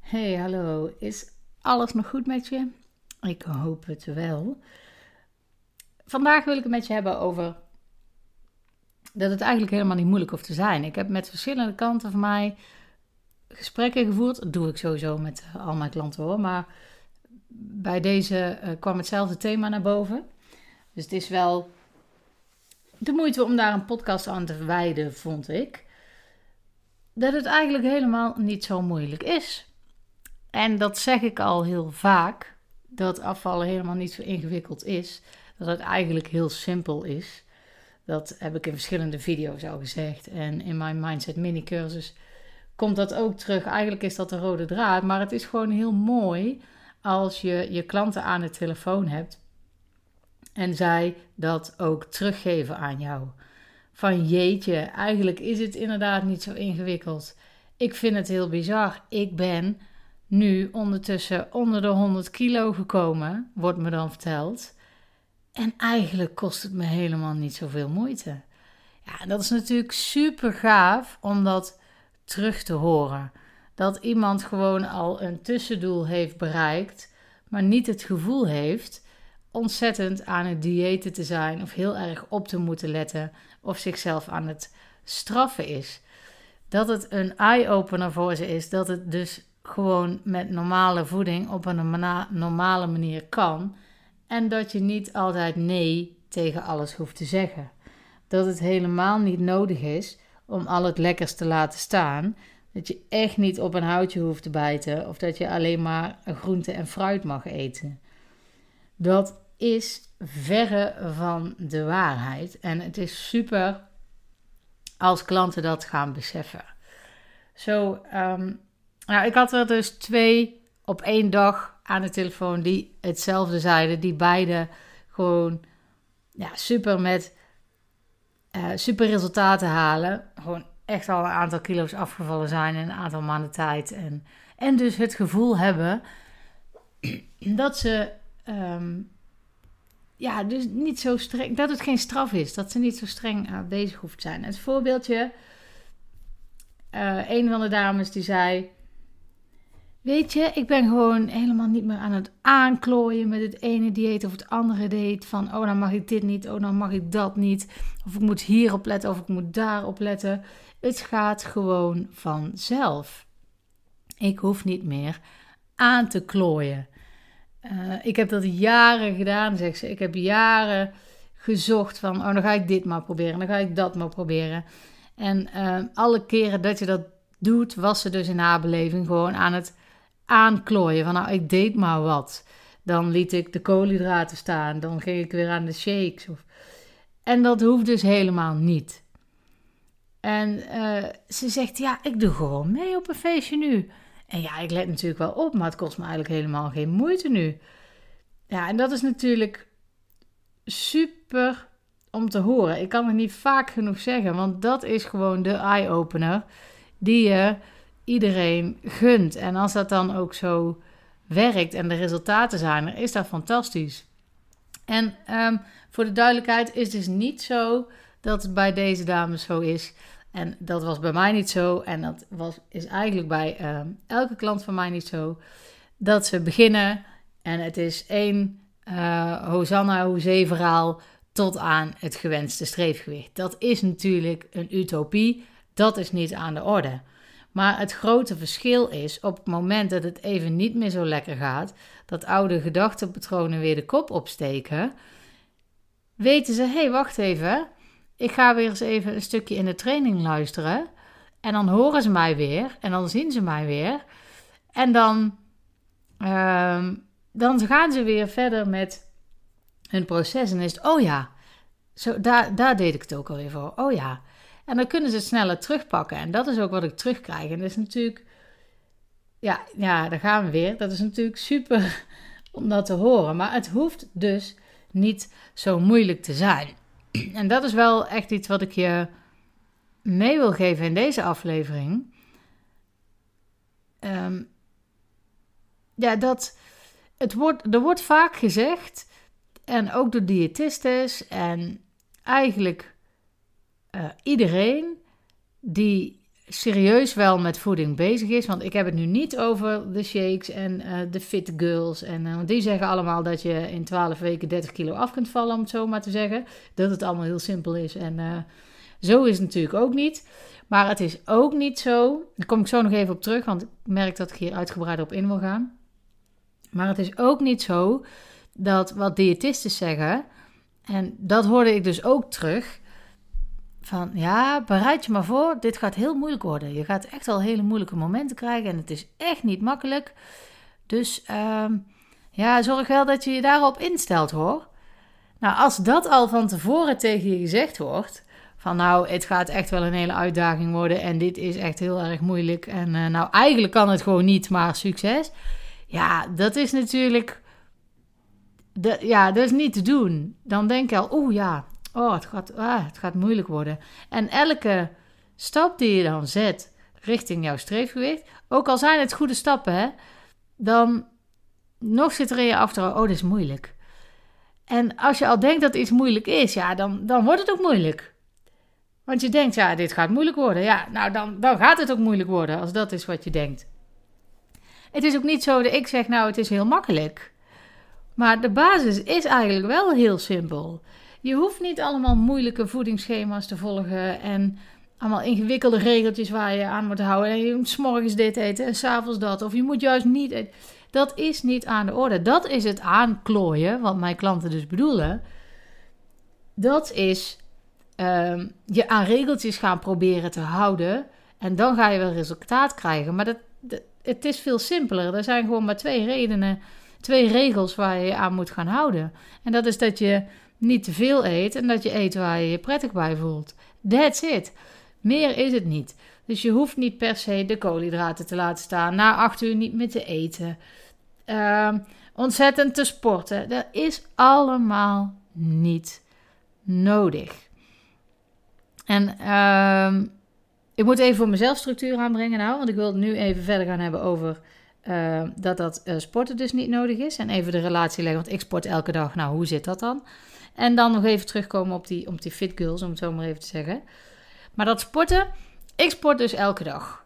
Hey, hallo. Is alles nog goed met je? Ik hoop het wel. Vandaag wil ik het met je hebben over dat het eigenlijk helemaal niet moeilijk hoeft te zijn. Ik heb met verschillende kanten van mij gesprekken gevoerd. Dat doe ik sowieso met al mijn klanten hoor. Maar bij deze kwam hetzelfde thema naar boven. Dus het is wel de moeite om daar een podcast aan te wijden, vond ik. Dat het eigenlijk helemaal niet zo moeilijk is. En dat zeg ik al heel vaak, dat afvallen helemaal niet zo ingewikkeld is. Dat het eigenlijk heel simpel is. Dat heb ik in verschillende video's al gezegd. En in mijn Mindset mini cursus komt dat ook terug. Eigenlijk is dat de rode draad. Maar het is gewoon heel mooi als je je klanten aan de telefoon hebt. En zij dat ook teruggeven aan jou. Van jeetje, eigenlijk is het inderdaad niet zo ingewikkeld. Ik vind het heel bizar. Ik ben nu ondertussen onder de 100 kilo gekomen, wordt me dan verteld. En eigenlijk kost het me helemaal niet zoveel moeite. Ja, en dat is natuurlijk super gaaf om dat terug te horen. Dat iemand gewoon al een tussendoel heeft bereikt, maar niet het gevoel heeft ontzettend aan het diëten te zijn of heel erg op te moeten letten of zichzelf aan het straffen is. Dat het een eye-opener voor ze is, dat het dus gewoon met normale voeding op een normale manier kan. En dat je niet altijd nee tegen alles hoeft te zeggen. Dat het helemaal niet nodig is om al het lekkers te laten staan. Dat je echt niet op een houtje hoeft te bijten. Of dat je alleen maar groente en fruit mag eten. Dat is verre van de waarheid. En het is super als klanten dat gaan beseffen. Ik had er dus 2 op 1 dag aan de telefoon die hetzelfde zeiden. Die beide gewoon super resultaten halen. Gewoon echt al een aantal kilo's afgevallen zijn in een aantal maanden tijd. En dus het gevoel hebben dat ze dus niet zo streng, dat het geen straf is. Dat ze niet zo streng bezig hoeft te zijn. Het voorbeeldje, een van de dames die zei: weet je, ik ben gewoon helemaal niet meer aan het aanklooien met het ene dieet of het andere dieet. Van, oh, dan mag ik dit niet, oh, dan mag ik dat niet. Of ik moet hierop letten, of ik moet daarop letten. Het gaat gewoon vanzelf. Ik hoef niet meer aan te klooien. Ik heb dat jaren gedaan, zegt ze. Ik heb jaren gezocht van, oh, dan ga ik dit maar proberen, dan ga ik dat maar proberen. En alle keren dat je dat doet, was ze dus in haar beleving gewoon aan het aanklooien. Van nou, ik deed maar wat. Dan liet ik de koolhydraten staan. Dan ging ik weer aan de shakes. En dat hoeft dus helemaal niet. En ze zegt, ja, ik doe gewoon mee op een feestje nu. En ja, ik let natuurlijk wel op, maar het kost me eigenlijk helemaal geen moeite nu. Ja, en dat is natuurlijk super om te horen. Ik kan het niet vaak genoeg zeggen, want dat is gewoon de eye-opener die je iedereen gunt. En als dat dan ook zo werkt en de resultaten zijn er, is dat fantastisch. En voor de duidelijkheid is het dus niet zo dat het bij deze dames zo is. En dat was bij mij niet zo. En dat is eigenlijk bij elke klant van mij niet zo. Dat ze beginnen en het is één Hosanna Hoezee verhaal tot aan het gewenste streefgewicht. Dat is natuurlijk een utopie. Dat is niet aan de orde. Maar het grote verschil is, op het moment dat het even niet meer zo lekker gaat, dat oude gedachtenpatronen weer de kop opsteken, weten ze, hé, wacht even, ik ga weer eens even een stukje in de training luisteren. En dan horen ze mij weer, en dan zien ze mij weer. En dan gaan ze weer verder met hun proces. En is het, oh ja, zo, daar deed ik het ook alweer voor. Oh ja. En dan kunnen ze het sneller terugpakken. En dat is ook wat ik terugkrijg. En dat is natuurlijk, ja, daar gaan we weer. Dat is natuurlijk super om dat te horen. Maar het hoeft dus niet zo moeilijk te zijn. En dat is wel echt iets wat ik je mee wil geven in deze aflevering. Er wordt vaak gezegd, en ook door diëtistes en eigenlijk iedereen die serieus wel met voeding bezig is. Want ik heb het nu niet over de shakes en de fit girls. Want die zeggen allemaal dat je in 12 weken 30 kilo af kunt vallen, om het zo maar te zeggen. Dat het allemaal heel simpel is. En zo is het natuurlijk ook niet. Maar het is ook niet zo, daar kom ik zo nog even op terug, want ik merk dat ik hier uitgebreider op in wil gaan. Maar het is ook niet zo dat wat diëtisten zeggen, en dat hoorde ik dus ook terug, van ja, bereid je maar voor, dit gaat heel moeilijk worden. Je gaat echt wel hele moeilijke momenten krijgen en het is echt niet makkelijk. Dus zorg wel dat je je daarop instelt, hoor. Nou, als dat al van tevoren tegen je gezegd wordt, van nou, het gaat echt wel een hele uitdaging worden en dit is echt heel erg moeilijk en nou, eigenlijk kan het gewoon niet, maar succes. Ja, dat is natuurlijk, dat is niet te doen. Dan denk je al, het gaat moeilijk worden. En elke stap die je dan zet richting jouw streefgewicht, ook al zijn het goede stappen, hè, dan nog zit er in je achterhoofd, dit is moeilijk. En als je al denkt dat iets moeilijk is, ja, dan wordt het ook moeilijk. Want je denkt, ja, dit gaat moeilijk worden. Ja, nou, dan gaat het ook moeilijk worden, als dat is wat je denkt. Het is ook niet zo dat ik zeg, nou, het is heel makkelijk. Maar de basis is eigenlijk wel heel simpel. Je hoeft niet allemaal moeilijke voedingsschema's te volgen en allemaal ingewikkelde regeltjes waar je aan moet houden. En je moet 's morgens dit eten en 's avonds dat. Of je moet juist niet eten. Dat is niet aan de orde. Dat is het aanklooien, wat mijn klanten dus bedoelen. Dat is je aan regeltjes gaan proberen te houden. En dan ga je wel resultaat krijgen. Maar het is veel simpeler. Er zijn gewoon maar 2 regels waar je je aan moet gaan houden. En dat is dat je niet te veel eet en dat je eet waar je je prettig bij voelt. That's it. Meer is het niet. Dus je hoeft niet per se de koolhydraten te laten staan. Na 8 uur niet meer te eten. Ontzettend te sporten. Dat is allemaal niet nodig. En ik moet even voor mezelf structuur aanbrengen nou. Want ik wil het nu even verder gaan hebben over dat sporten dus niet nodig is. En even de relatie leggen, want ik sport elke dag. Nou, hoe zit dat dan? En dan nog even terugkomen op die fit girls, om het zo maar even te zeggen. Maar dat sporten, ik sport dus elke dag.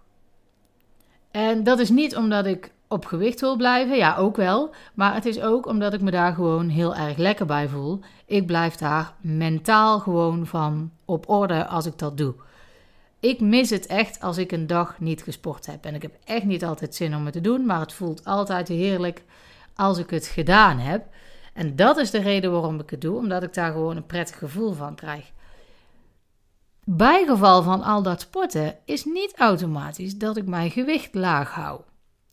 En dat is niet omdat ik op gewicht wil blijven, ja ook wel. Maar het is ook omdat ik me daar gewoon heel erg lekker bij voel. Ik blijf daar mentaal gewoon van op orde als ik dat doe. Ik mis het echt als ik een dag niet gesport heb. En ik heb echt niet altijd zin om het te doen, maar het voelt altijd heerlijk als ik het gedaan heb. En dat is de reden waarom ik het doe, omdat ik daar gewoon een prettig gevoel van krijg. Bijgeval van al dat sporten is niet automatisch dat ik mijn gewicht laag hou.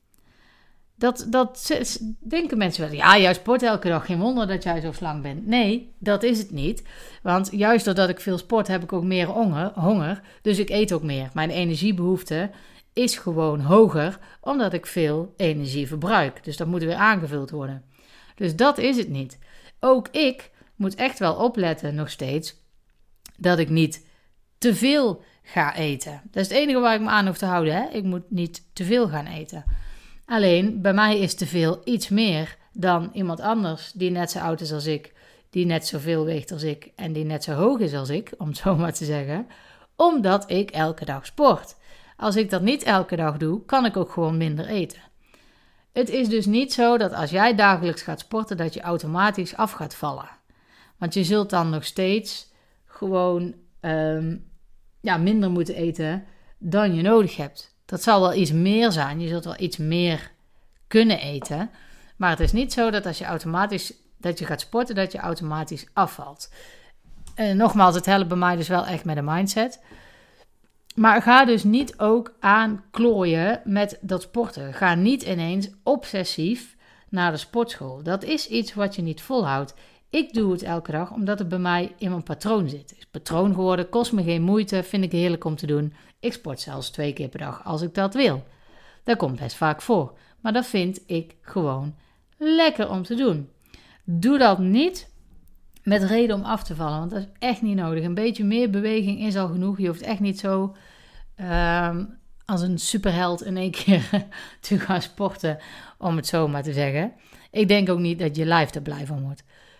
Dat denken mensen wel. Ja, jij sport elke dag, geen wonder dat jij zo slank bent. Nee, dat is het niet. Want juist doordat ik veel sport heb ik ook meer honger. Dus ik eet ook meer. Mijn energiebehoefte is gewoon hoger, omdat ik veel energie verbruik. Dus dat moet weer aangevuld worden. Dus dat is het niet. Ook ik moet echt wel opletten nog steeds dat ik niet te veel ga eten. Dat is het enige waar ik me aan hoef te houden. Hè? Ik moet niet te veel gaan eten. Alleen, bij mij is te veel iets meer dan iemand anders die net zo oud is als ik, die net zoveel weegt als ik en die net zo hoog is als ik, om het zo maar te zeggen, omdat ik elke dag sport. Als ik dat niet elke dag doe, kan ik ook gewoon minder eten. Het is dus niet zo dat als jij dagelijks gaat sporten, dat je automatisch af gaat vallen. Want je zult dan nog steeds gewoon minder moeten eten dan je nodig hebt. Dat zal wel iets meer zijn. Je zult wel iets meer kunnen eten. Maar het is niet zo dat als je gaat sporten, dat je automatisch afvalt. Nogmaals, het helpt bij mij dus wel echt met een mindset. Maar ga dus niet ook aan klooien met dat sporten. Ga niet ineens obsessief naar de sportschool. Dat is iets wat je niet volhoudt. Ik doe het elke dag omdat het bij mij in mijn patroon zit. Het is patroon geworden, kost me geen moeite, vind ik heerlijk om te doen. Ik sport zelfs 2 keer per dag als ik dat wil. Dat komt best vaak voor. Maar dat vind ik gewoon lekker om te doen. Doe dat niet met reden om af te vallen, want dat is echt niet nodig. Een beetje meer beweging is al genoeg. Je hoeft echt niet zo als een superheld in één keer te gaan sporten, om het zo maar te zeggen. Ik denk ook niet dat je lijf er blij van wordt.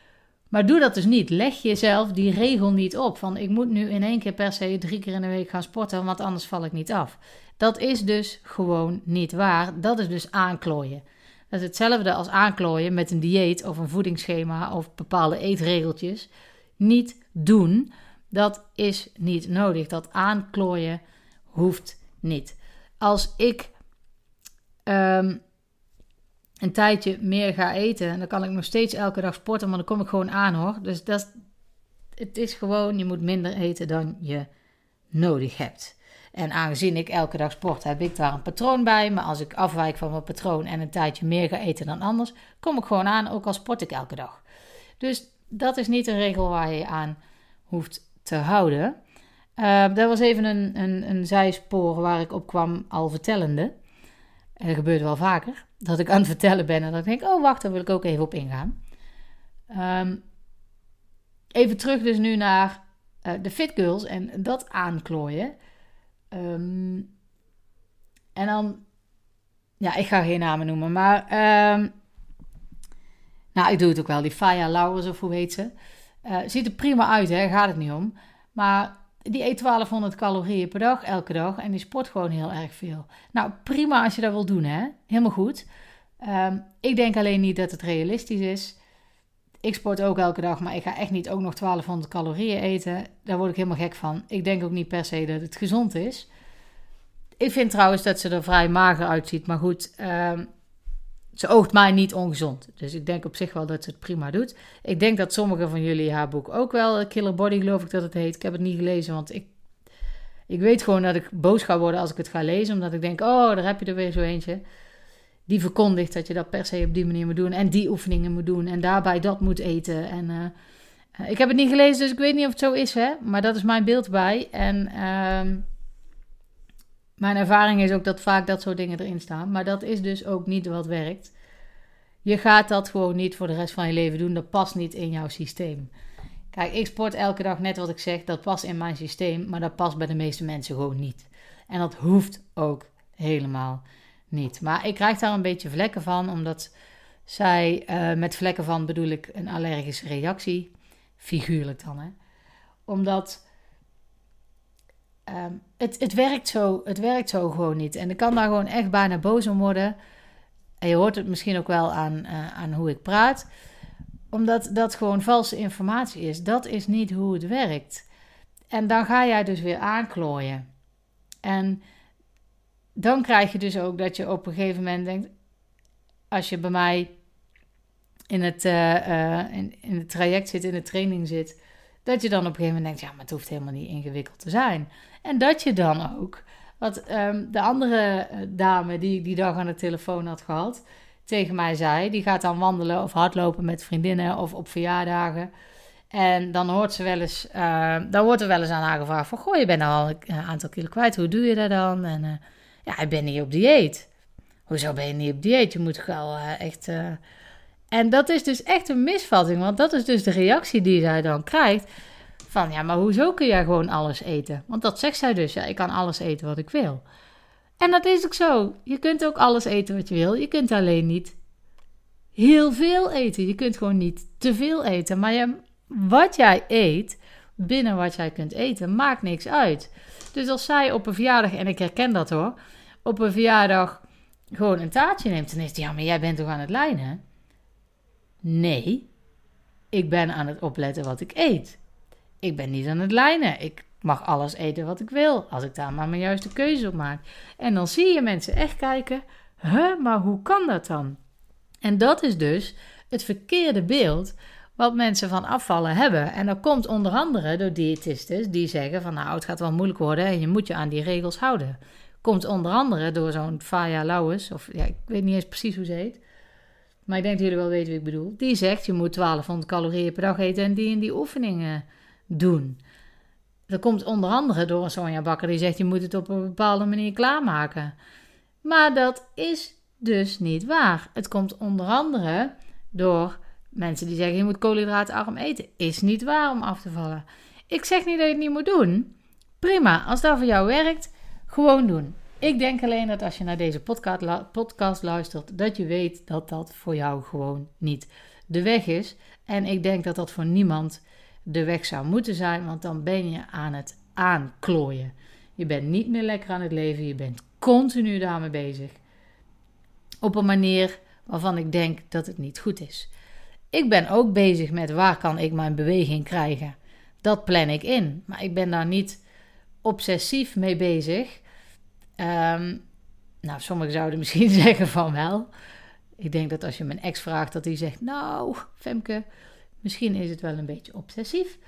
Maar doe dat dus niet. Leg jezelf die regel niet op van ik moet nu in 1 keer per se 3 keer in de week gaan sporten, want anders val ik niet af. Dat is dus gewoon niet waar. Dat is dus aanklooien. Dat is hetzelfde als aanklooien met een dieet of een voedingsschema of bepaalde eetregeltjes. Niet doen. Dat is niet nodig. Dat aanklooien hoeft niet. Als ik een tijdje meer ga eten, dan kan ik nog steeds elke dag sporten, maar dan kom ik gewoon aan hoor. Dus het is gewoon, je moet minder eten dan je nodig hebt. En aangezien ik elke dag sport, heb ik daar een patroon bij. Maar als ik afwijk van mijn patroon en een tijdje meer ga eten dan anders, kom ik gewoon aan, ook al sport ik elke dag. Dus dat is niet een regel waar je aan hoeft te houden. Dat was even een zijspoor waar ik op kwam al vertellende. Dat gebeurt wel vaker, dat ik aan het vertellen ben en dan denk ik, oh wacht, daar wil ik ook even op ingaan. Even terug dus nu naar de Fit Girls en dat aanklooien. En dan, ja, ik ga geen namen noemen, maar nou, ik doe het ook wel. Die Faya Lauwers of hoe heet ze. Ziet er prima uit, hè, gaat het niet om. Maar die eet 1200 calorieën per dag, elke dag. En die sport gewoon heel erg veel. Nou, prima als je dat wil doen, hè. Helemaal goed. Ik denk alleen niet dat het realistisch is. Ik sport ook elke dag, maar ik ga echt niet ook nog 1200 calorieën eten. Daar word ik helemaal gek van. Ik denk ook niet per se dat het gezond is. Ik vind trouwens dat ze er vrij mager uitziet. Maar goed, ze oogt mij niet ongezond. Dus ik denk op zich wel dat ze het prima doet. Ik denk dat sommigen van jullie haar boek ook wel, Killer Body geloof ik dat het heet. Ik heb het niet gelezen, want ik weet gewoon dat ik boos ga worden als ik het ga lezen. Omdat ik denk, oh, daar heb je er weer zo eentje. Die verkondigt dat je dat per se op die manier moet doen. En die oefeningen moet doen. En daarbij dat moet eten. En ik heb het niet gelezen, dus ik weet niet of het zo is, hè. Maar dat is mijn beeld bij. En mijn ervaring is ook dat vaak dat soort dingen erin staan. Maar dat is dus ook niet wat werkt. Je gaat dat gewoon niet voor de rest van je leven doen. Dat past niet in jouw systeem. Kijk, ik sport elke dag net wat ik zeg. Dat past in mijn systeem. Maar dat past bij de meeste mensen gewoon niet. En dat hoeft ook helemaal niet. Maar ik krijg daar een beetje vlekken van. Omdat zij, met vlekken van bedoel ik een allergische reactie. Figuurlijk dan, hè. Omdat het werkt zo gewoon niet. En ik kan daar gewoon echt bijna boos om worden. En je hoort het misschien ook wel aan hoe ik praat. Omdat dat gewoon valse informatie is. Dat is niet hoe het werkt. En dan ga jij dus weer aanklooien. En dan krijg je dus ook dat je op een gegeven moment denkt, als je bij mij in het traject zit, in de training zit, dat je dan op een gegeven moment denkt, ja, maar het hoeft helemaal niet ingewikkeld te zijn. En dat je dan ook, wat de andere dame die ik die dag aan de telefoon had gehad, tegen mij zei, die gaat dan wandelen of hardlopen met vriendinnen of op verjaardagen. En dan wordt er wel eens aan haar gevraagd van, goh, je bent al een aantal kilo kwijt, hoe doe je dat dan? En ja, ik ben niet op dieet. Hoezo ben je niet op dieet? Je moet wel echt... En dat is dus echt een misvatting, want dat is dus de reactie die zij dan krijgt. Van, ja, maar hoezo kun jij gewoon alles eten? Want dat zegt zij dus, ja, ik kan alles eten wat ik wil. En dat is ook zo. Je kunt ook alles eten wat je wil. Je kunt alleen niet heel veel eten. Je kunt gewoon niet te veel eten. Maar wat jij eet, binnen wat jij kunt eten, maakt niks uit. Dus als zij op een verjaardag, en ik herken dat hoor, op een verjaardag gewoon een taartje neemt, dan is het, ja, maar jij bent toch aan het lijnen? Nee, ik ben aan het opletten wat ik eet. Ik ben niet aan het lijnen. Ik mag alles eten wat ik wil, als ik daar maar mijn juiste keuze op maak. En dan zie je mensen echt kijken, maar hoe kan dat dan? En dat is dus het verkeerde beeld wat mensen van afvallen hebben. En dat komt onder andere door diëtisten die zeggen van, nou, het gaat wel moeilijk worden en je moet je aan die regels houden. Komt onder andere door zo'n Faya Lauwers, of ja, ik weet niet eens precies hoe ze heet. Maar ik denk dat jullie wel weten wie ik bedoel. Die zegt, je moet 1200 calorieën per dag eten en die oefeningen doen. Dat komt onder andere door een Sonja Bakker die zegt, je moet het op een bepaalde manier klaarmaken. Maar dat is dus niet waar. Het komt onder andere door mensen die zeggen, je moet koolhydraatarm eten. Is niet waar om af te vallen. Ik zeg niet dat je het niet moet doen. Prima, als dat voor jou werkt, gewoon doen. Ik denk alleen dat als je naar deze podcast luistert, dat je weet dat dat voor jou gewoon niet de weg is. En ik denk dat dat voor niemand de weg zou moeten zijn, want dan ben je aan het aanklooien. Je bent niet meer lekker aan het leven, je bent continu daarmee bezig. Op een manier waarvan ik denk dat het niet goed is. Ik ben ook bezig met waar kan ik mijn beweging krijgen. Dat plan ik in, maar ik ben daar niet obsessief mee bezig. Sommigen zouden misschien zeggen van wel. Ik denk dat als je mijn ex vraagt dat hij zegt, nou Femke, misschien is het wel een beetje obsessief.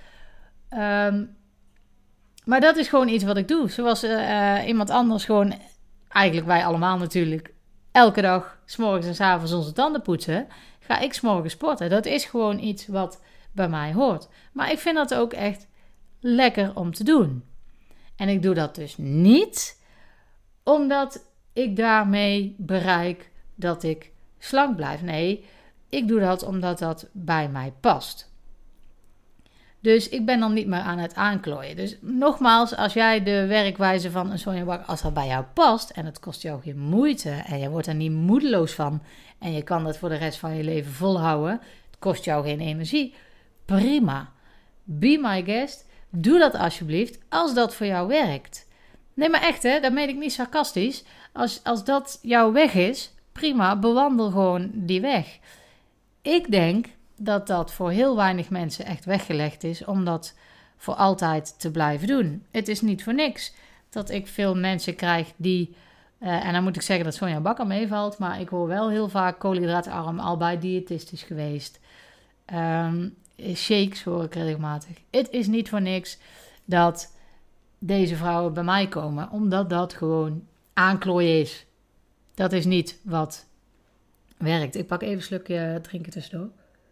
Maar dat is gewoon iets wat ik doe. Zoals iemand anders gewoon, eigenlijk wij allemaal natuurlijk, elke dag, 's morgens en 's avonds onze tanden poetsen, ga ik 's morgens sporten. Dat is gewoon iets wat bij mij hoort. Maar ik vind dat ook echt lekker om te doen. En ik doe dat dus niet omdat ik daarmee bereik dat ik slank blijf. Nee, ik doe dat omdat dat bij mij past. Dus ik ben dan niet meer aan het aanklooien. Dus nogmaals, als jij de werkwijze van een Sonja Bakker, als dat bij jou past en het kost jou geen moeite en je wordt er niet moedeloos van en je kan dat voor de rest van je leven volhouden, het kost jou geen energie, prima. Be my guest, doe dat alsjeblieft als dat voor jou werkt. Nee, maar echt hè, dat meen ik niet sarcastisch. Als dat jouw weg is, prima, bewandel gewoon die weg. Ik denk dat dat voor heel weinig mensen echt weggelegd is om dat voor altijd te blijven doen. Het is niet voor niks dat ik veel mensen krijg die, en dan moet ik zeggen dat Sonja Bakker meevalt, maar ik hoor wel heel vaak koolhydraatarm, al bij diëtistisch geweest. Shakes hoor ik regelmatig. Het is niet voor niks dat deze vrouwen bij mij komen, omdat dat gewoon aanklooien is. Dat is niet wat werkt. Ik pak even een slukje drinken tussendoor.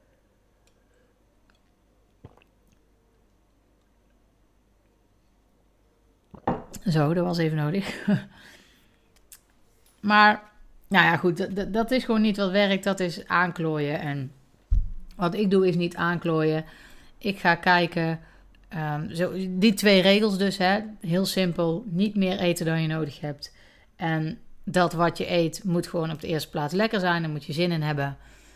Zo, dat was even nodig. Maar, nou ja, goed. Dat is gewoon niet wat werkt. Dat is aanklooien. En wat ik doe is niet aanklooien. Ik ga kijken. Die 2 regels dus, hè. Heel simpel. Niet meer eten dan je nodig hebt. En dat wat je eet moet gewoon op de eerste plaats lekker zijn. Daar moet je zin in hebben.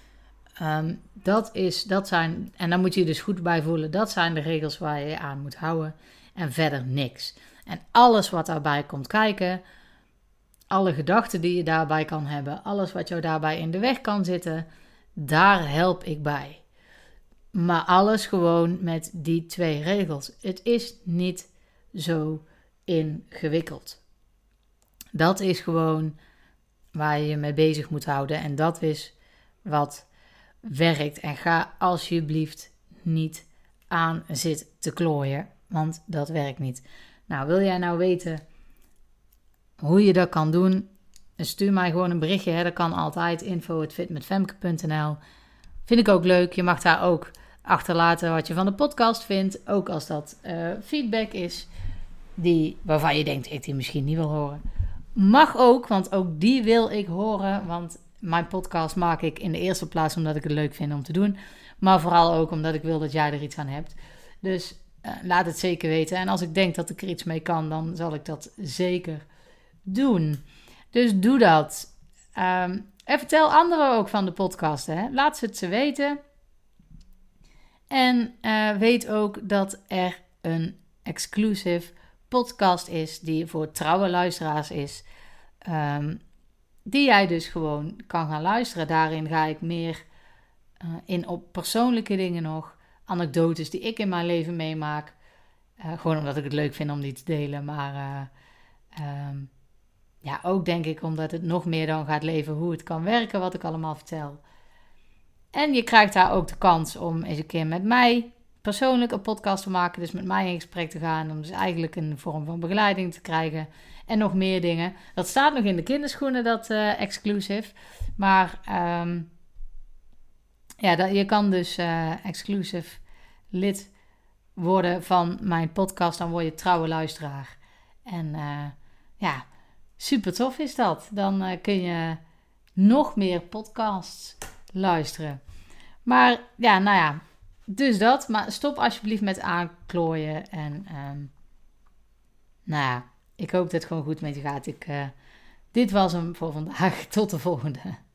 Dat zijn, en daar moet je je dus goed bij voelen. Dat zijn de regels waar je je aan moet houden. En verder niks. En alles wat daarbij komt kijken, alle gedachten die je daarbij kan hebben, alles wat jou daarbij in de weg kan zitten, daar help ik bij. Maar alles gewoon met die 2 regels. Het is niet zo ingewikkeld. Dat is gewoon waar je je mee bezig moet houden. En dat is wat werkt. En ga alsjeblieft niet aan zitten te klooien, want dat werkt niet. Nou, wil jij nou weten hoe je dat kan doen? Stuur mij gewoon een berichtje. Hè? Dat kan altijd. info@fitmetfemke.nl. Vind ik ook leuk. Je mag daar ook achterlaten wat je van de podcast vindt. Ook als dat feedback is waarvan je denkt, ik die misschien niet wil horen. Mag ook, want ook die wil ik horen. Want mijn podcast maak ik in de eerste plaats omdat ik het leuk vind om te doen. Maar vooral ook omdat ik wil dat jij er iets aan hebt. Dus laat het zeker weten. En als ik denk dat ik er iets mee kan, dan zal ik dat zeker doen. Dus doe dat. En vertel anderen ook van de podcast. Hè? Laat ze weten. En weet ook dat er een exclusive podcast is die voor trouwe luisteraars is. Die jij dus gewoon kan gaan luisteren. Daarin ga ik meer in op persoonlijke dingen nog. Anekdotes die ik in mijn leven meemaak. Gewoon omdat ik het leuk vind om die te delen. Maar ook denk ik omdat het nog meer dan gaat leven hoe het kan werken. Wat ik allemaal vertel. En je krijgt daar ook de kans om eens een keer met mij persoonlijk een podcast te maken. Dus met mij in gesprek te gaan. Om dus eigenlijk een vorm van begeleiding te krijgen. En nog meer dingen. Dat staat nog in de kinderschoenen, dat exclusive. Maar je kan dus exclusive lid worden van mijn podcast. Dan word je trouwe luisteraar. En super tof is dat. Dan kun je nog meer podcasts luisteren. Maar dus dat. Maar stop alsjeblieft met aanklooien. En ik hoop dat het gewoon goed met je gaat. Dit was hem voor vandaag. Tot de volgende.